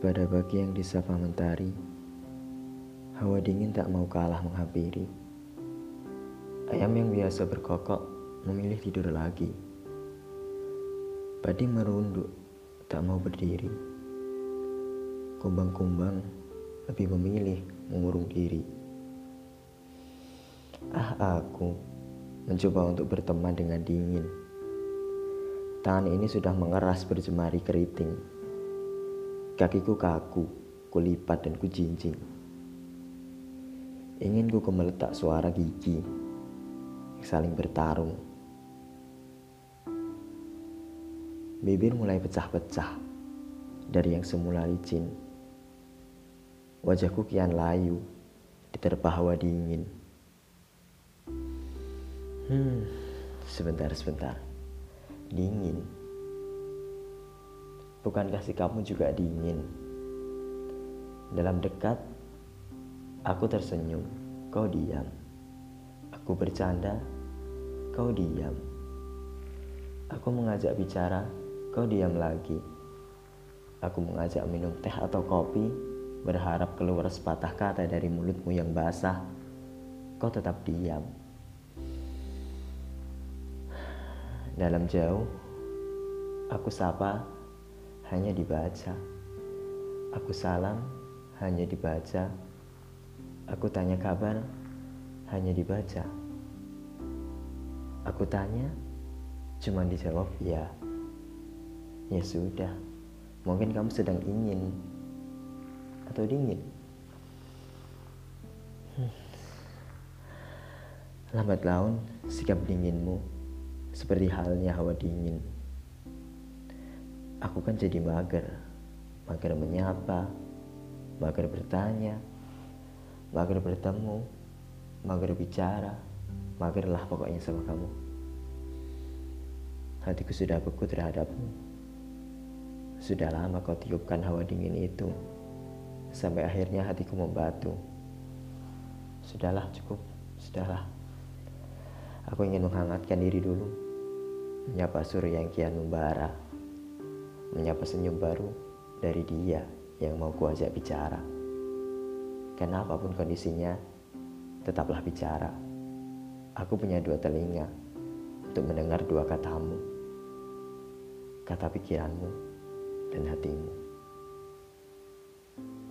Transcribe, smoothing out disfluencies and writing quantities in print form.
Pada pagi yang disapa mentari, hawa dingin tak mau kalah menghampiri. Ayam yang biasa berkokok memilih tidur lagi. Padi merunduk, tak mau berdiri. Kumbang-kumbang lebih memilih mengurung diri. Aku mencoba untuk berteman dengan dingin. Tangan ini sudah mengeras berjemari keriting. Kakiku kaku, kulipat dan kujinjing. Ingin ku gemeletak suara gigi yang saling bertarung. Bibir mulai pecah-pecah dari yang semula licin. Wajahku kian layu diterpa hawa dingin. Sebentar. Dingin. Bukankah sikapmu juga dingin? Dalam dekat, aku tersenyum, kau diam. Aku bercanda, kau diam. Aku mengajak bicara, kau diam lagi. Aku mengajak minum teh atau kopi, berharap keluar sepatah kata dari mulutmu yang basah. Kau tetap diam. Dalam jauh, aku sapa, hanya dibaca. Aku salam, hanya dibaca. Aku tanya kabar, hanya dibaca. Aku tanya, cuma dijawab ya. Ya sudah, mungkin kamu sedang ingin atau dingin. Lambat laun, sikap dinginmu seperti halnya hawa dingin. Aku kan jadi mager menyapa, mager bertanya, mager bertemu, mager bicara, magerlah pokoknya sama kamu. Hatiku sudah beku terhadapmu. Sudah lama kau tiupkan hawa dingin itu, sampai akhirnya hatiku membatu. Sudahlah, cukup, sudahlah. Aku ingin menghangatkan diri dulu, menyapa surya yang kian membara, menyapa senyum baru dari dia yang mau kuajak bicara. Karena apapun kondisinya, tetaplah bicara. Aku punya dua telinga untuk mendengar dua katamu, kata pikiranmu dan hatimu.